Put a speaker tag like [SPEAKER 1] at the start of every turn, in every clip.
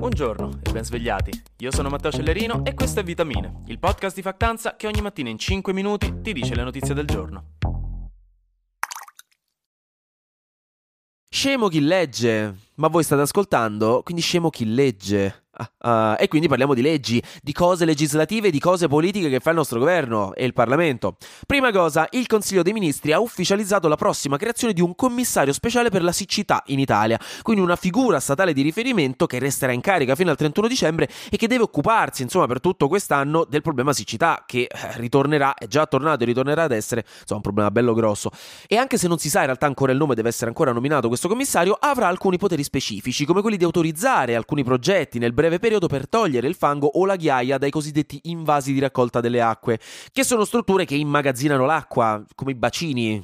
[SPEAKER 1] Buongiorno e ben svegliati. Io sono Matteo Cellerino e questo è Vitamine, il podcast di Factanza che ogni mattina in 5 minuti ti dice le notizie del giorno.
[SPEAKER 2] Scemo chi legge, ma voi state ascoltando, quindi scemo chi legge. E quindi parliamo di leggi, di cose legislative, di cose politiche che fa il nostro governo e il Parlamento. Prima cosa, il Consiglio dei Ministri ha ufficializzato la prossima creazione di un commissario speciale per la siccità in Italia, quindi una figura statale di riferimento che resterà in carica fino al 31 dicembre e che deve occuparsi, insomma, per tutto quest'anno del problema siccità, che ritornerà, è già tornato e ritornerà ad essere, insomma, un problema bello grosso. E anche se non si sa in realtà ancora il nome, deve essere ancora nominato questo commissario, avrà alcuni poteri specifici, come quelli di autorizzare alcuni progetti nel breve periodo per togliere il fango o la ghiaia dai cosiddetti invasi di raccolta delle acque, che sono strutture che immagazzinano l'acqua, come i bacini,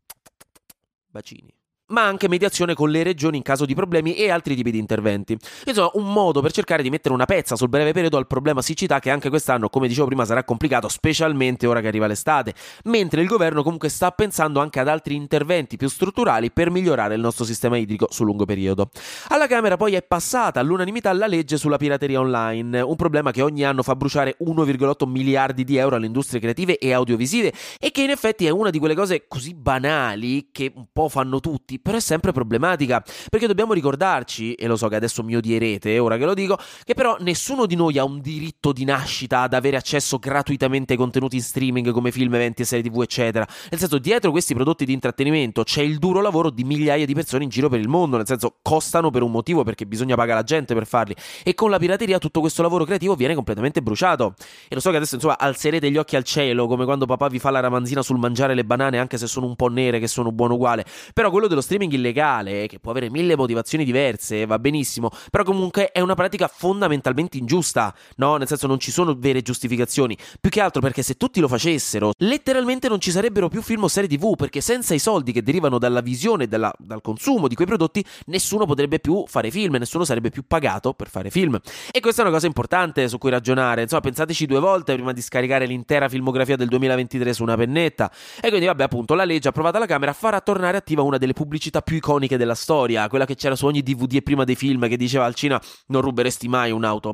[SPEAKER 2] ma anche mediazione con le regioni in caso di problemi e altri tipi di interventi. Insomma, un modo per cercare di mettere una pezza sul breve periodo al problema siccità, che anche quest'anno, come dicevo prima, sarà complicato, specialmente ora che arriva l'estate, mentre il governo comunque sta pensando anche ad altri interventi più strutturali per migliorare il nostro sistema idrico sul lungo periodo. Alla Camera poi è passata all'unanimità la legge sulla pirateria online, un problema che ogni anno fa bruciare 1,8 miliardi di euro alle industrie creative e audiovisive e che in effetti è una di quelle cose così banali che un po' fanno tutti, però è sempre problematica, perché dobbiamo ricordarci, e lo so che adesso mi odierete ora che lo dico, che però nessuno di noi ha un diritto di nascita ad avere accesso gratuitamente ai contenuti in streaming come film, eventi e serie TV eccetera. Nel senso, dietro questi prodotti di intrattenimento c'è il duro lavoro di migliaia di persone in giro per il mondo, nel senso, costano per un motivo, perché bisogna pagare la gente per farli, e con la pirateria tutto questo lavoro creativo viene completamente bruciato. E lo so che adesso, insomma, alzerete gli occhi al cielo come quando papà vi fa la ramanzina sul mangiare le banane anche se sono un po' nere, che sono buono uguale, però quello dello streaming illegale, che può avere mille motivazioni diverse, va benissimo, però comunque è una pratica fondamentalmente ingiusta, no? Nel senso, non ci sono vere giustificazioni, più che altro perché se tutti lo facessero, letteralmente non ci sarebbero più film o serie TV, perché senza i soldi che derivano dalla visione e dal consumo di quei prodotti, nessuno potrebbe più fare film, nessuno sarebbe più pagato per fare film. E questa è una cosa importante su cui ragionare, insomma, pensateci due volte prima di scaricare l'intera filmografia del 2023 su una pennetta. E quindi, vabbè, appunto, la legge approvata alla Camera farà tornare attiva una delle pubblicità più iconiche della storia, quella che c'era su ogni DVD e prima dei film, che diceva al cinema: non ruberesti mai un'auto.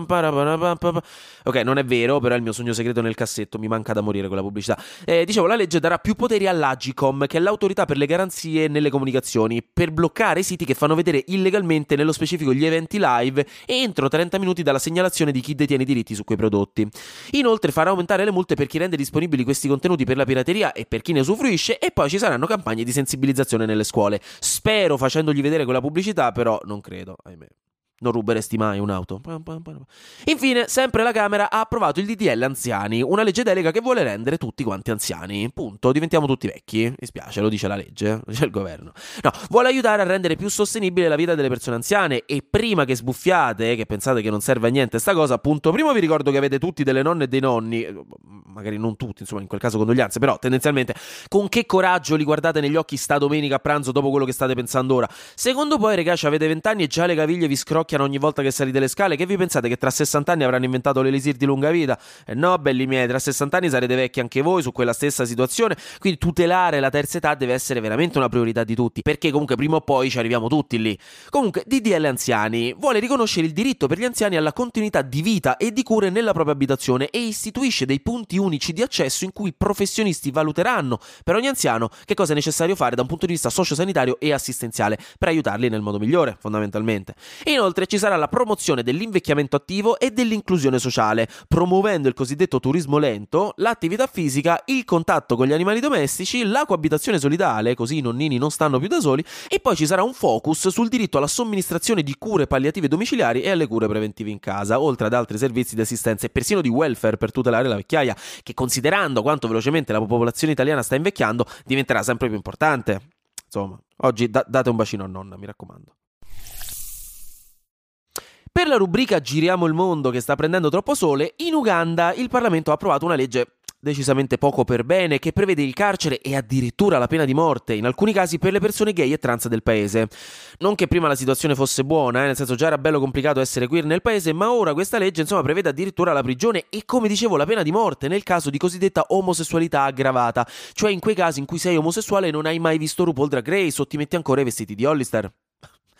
[SPEAKER 2] Ok, non è vero, però è il mio sogno segreto nel cassetto, mi manca da morire quella pubblicità. Dicevo, la legge darà più poteri all'Agcom, che è l'autorità per le garanzie nelle comunicazioni, per bloccare i siti che fanno vedere illegalmente, nello specifico gli eventi live, entro 30 minuti dalla segnalazione di chi detiene i diritti su quei prodotti. Inoltre farà aumentare le multe per chi rende disponibili questi contenuti per la pirateria e per chi ne usufruisce, e poi ci saranno campagne di sensibilizzazione nelle scuole. Spero facendogli vedere quella pubblicità, però non credo, ahimè. Non ruberesti mai un'auto. Infine, sempre la Camera ha approvato il DDL anziani, una legge delega che vuole rendere tutti quanti anziani. Punto. Diventiamo tutti vecchi. Mi spiace, lo dice la legge, lo dice il governo. No, vuole aiutare a rendere più sostenibile la vita delle persone anziane. E prima che sbuffiate, che pensate che non serve a niente sta cosa, appunto, prima vi ricordo che avete tutti delle nonne e dei nonni, magari non tutti, insomma, in quel caso condoglianze, però tendenzialmente con che coraggio li guardate negli occhi sta domenica a pranzo dopo quello che state pensando ora. Secondo poi, ragazzi, avete 20 anni e già le caviglie vi scrocchiano ogni volta che salite le scale. Che vi pensate che tra 60 anni avranno inventato l'elisir di lunga vita? No, belli miei, tra 60 anni sarete vecchi anche voi su quella stessa situazione, quindi tutelare la terza età deve essere veramente una priorità di tutti, perché comunque prima o poi ci arriviamo tutti lì. Comunque, DDL anziani vuole riconoscere il diritto per gli anziani alla continuità di vita e di cure nella propria abitazione e istituisce dei punti unici di accesso in cui i professionisti valuteranno per ogni anziano che cosa è necessario fare da un punto di vista sociosanitario e assistenziale per aiutarli nel modo migliore, fondamentalmente. Inoltre ci sarà la promozione dell'invecchiamento attivo e dell'inclusione sociale, promuovendo il cosiddetto turismo lento, l'attività fisica, il contatto con gli animali domestici, la coabitazione solidale, così i nonnini non stanno più da soli, e poi ci sarà un focus sul diritto alla somministrazione di cure palliative domiciliari e alle cure preventive in casa, oltre ad altri servizi di assistenza e persino di welfare per tutelare la vecchiaia, che, considerando quanto velocemente la popolazione italiana sta invecchiando, diventerà sempre più importante. Insomma, oggi date un bacino a nonna, mi raccomando. Per la rubrica Giriamo il mondo, che sta prendendo troppo sole, in Uganda il Parlamento ha approvato una legge decisamente poco per bene, che prevede il carcere e addirittura la pena di morte, in alcuni casi per le persone gay e trans del paese. Non che prima la situazione fosse buona, nel senso già era bello complicato essere queer nel paese, ma ora questa legge insomma prevede addirittura la prigione e, come dicevo, la pena di morte nel caso di cosiddetta omosessualità aggravata, cioè in quei casi in cui sei omosessuale e non hai mai visto RuPaul Drag Race o ti metti ancora i vestiti di Hollister.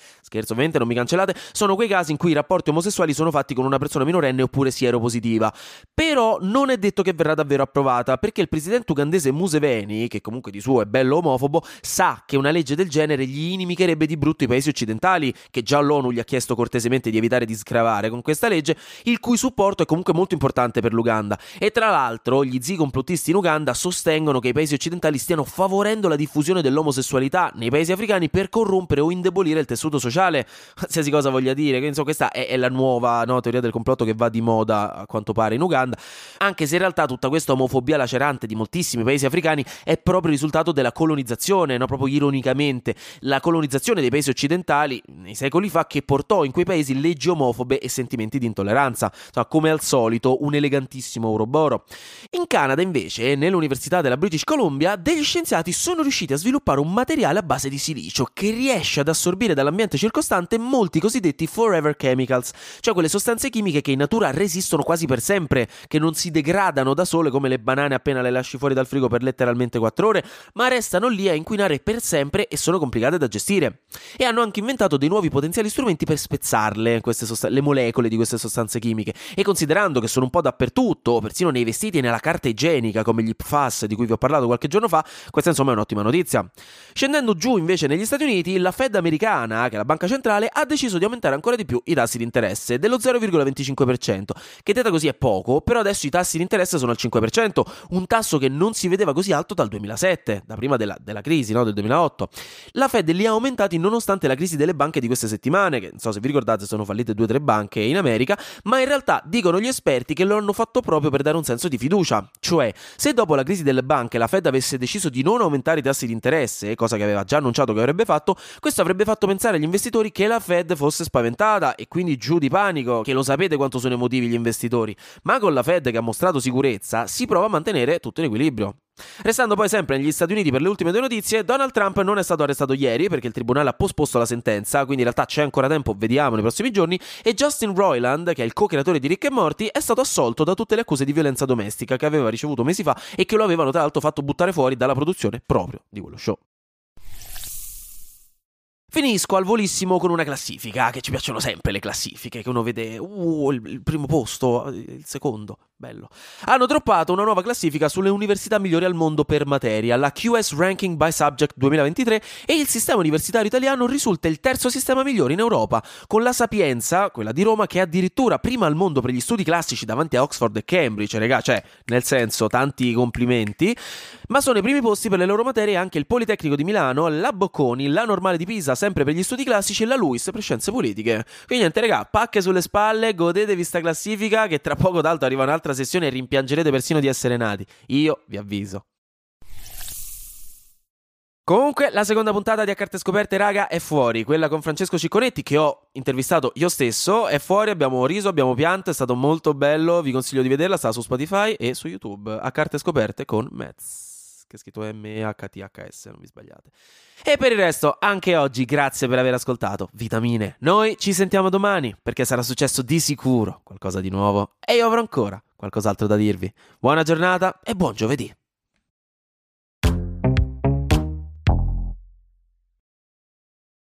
[SPEAKER 2] scherzo ovviamente, non mi cancellate, sono quei casi in cui i rapporti omosessuali sono fatti con una persona minorenne oppure sieropositiva. Però non è detto che verrà davvero approvata, perché il presidente ugandese Museveni, che comunque di suo è bello omofobo, sa che una legge del genere gli inimicherebbe di brutto i paesi occidentali, che già l'ONU gli ha chiesto cortesemente di evitare di sgravare con questa legge, il cui supporto è comunque molto importante per l'Uganda. E tra l'altro gli zii complottisti in Uganda sostengono che i paesi occidentali stiano favorendo la diffusione dell'omosessualità nei paesi africani per corrompere o indebolire il tessuto sociale, qualsiasi cosa voglia dire. Insomma, questa è la nuova teoria del complotto che va di moda a quanto pare in Uganda, anche se in realtà tutta questa omofobia lacerante di moltissimi paesi africani è proprio il risultato della colonizzazione, no? Proprio ironicamente la colonizzazione dei paesi occidentali nei secoli fa, che portò in quei paesi leggi omofobe e sentimenti di intolleranza. Insomma, come al solito un elegantissimo Ouroboro. In Canada invece, nell'università della British Columbia, degli scienziati sono riusciti a sviluppare un materiale a base di silicio che riesce ad assorbire dall'ambiente circostante molti cosiddetti forever chemicals, cioè quelle sostanze chimiche che in natura resistono quasi per sempre, che non si degradano da sole come le banane appena le lasci fuori dal frigo per letteralmente 4 ore, ma restano lì a inquinare per sempre e sono complicate da gestire. E hanno anche inventato dei nuovi potenziali strumenti per spezzarle, le molecole di queste sostanze chimiche. E considerando che sono un po' dappertutto, persino nei vestiti e nella carta igienica, come gli PFAS di cui vi ho parlato qualche giorno fa, questa insomma è un'ottima notizia. Scendendo giù invece negli Stati Uniti, la Fed americana, che è la banca centrale, ha deciso di aumentare ancora di più i tassi di interesse, dello 0,25%, che detta così è poco, però adesso i tassi di interesse sono al 5%, un tasso che non si vedeva così alto dal 2007, da prima della crisi, no, del 2008. La Fed li ha aumentati nonostante la crisi delle banche di queste settimane, che non so se vi ricordate sono fallite 2 o 3 banche in America, ma in realtà dicono gli esperti che lo hanno fatto proprio per dare un senso di fiducia. Cioè, se dopo la crisi delle banche la Fed avesse deciso di non aumentare i tassi di interesse, cosa che aveva già annunciato che avrebbe fatto, questo avrebbe fatto pensare agli investitori che la Fed fosse spaventata e quindi giù di panico, che lo sapete quanto sono emotivi gli investitori. Ma con la Fed che ha mostrato sicurezza si prova a mantenere tutto in equilibrio. Restando poi sempre negli Stati Uniti per le ultime 2 notizie, Donald Trump non è stato arrestato ieri perché il tribunale ha posposto la sentenza, quindi in realtà c'è ancora tempo, vediamo nei prossimi giorni, e Justin Roiland, che è il co-creatore di Rick e Morty, è stato assolto da tutte le accuse di violenza domestica che aveva ricevuto mesi fa e che lo avevano tra l'altro fatto buttare fuori dalla produzione proprio di quello show. Finisco al volissimo con una classifica, che ci piacciono sempre le classifiche, che uno vede, il primo posto, il secondo, bello. Hanno droppato una nuova classifica sulle università migliori al mondo per materia, la QS Ranking by Subject 2023, e il sistema universitario italiano risulta il terzo sistema migliore in Europa, con la Sapienza, quella di Roma, che è addirittura prima al mondo per gli studi classici davanti a Oxford e Cambridge, regà, cioè, nel senso, tanti complimenti, ma sono ai primi posti per le loro materie anche il Politecnico di Milano, la Bocconi, la Normale di Pisa, sempre per gli studi classici, e la LUISS per scienze politiche. Quindi niente regà, pacche sulle spalle, godetevi sta classifica che tra poco d'altro arriva un'altra sessione e rimpiangerete persino di essere nati. Io vi avviso. Comunque la seconda puntata di A Carte Scoperte, raga, è fuori. Quella con Francesco Cicconetti, che ho intervistato io stesso, è fuori. Abbiamo riso, abbiamo pianto, è stato molto bello. Vi consiglio di vederla, sta su Spotify e su YouTube. A Carte Scoperte con Metz, che è scritto M-E-H-T-H-S, non vi sbagliate. E per il resto, anche oggi, grazie per aver ascoltato Vitamine. Noi ci sentiamo domani, perché sarà successo di sicuro qualcosa di nuovo e io avrò ancora qualcos'altro da dirvi. Buona giornata e buon giovedì.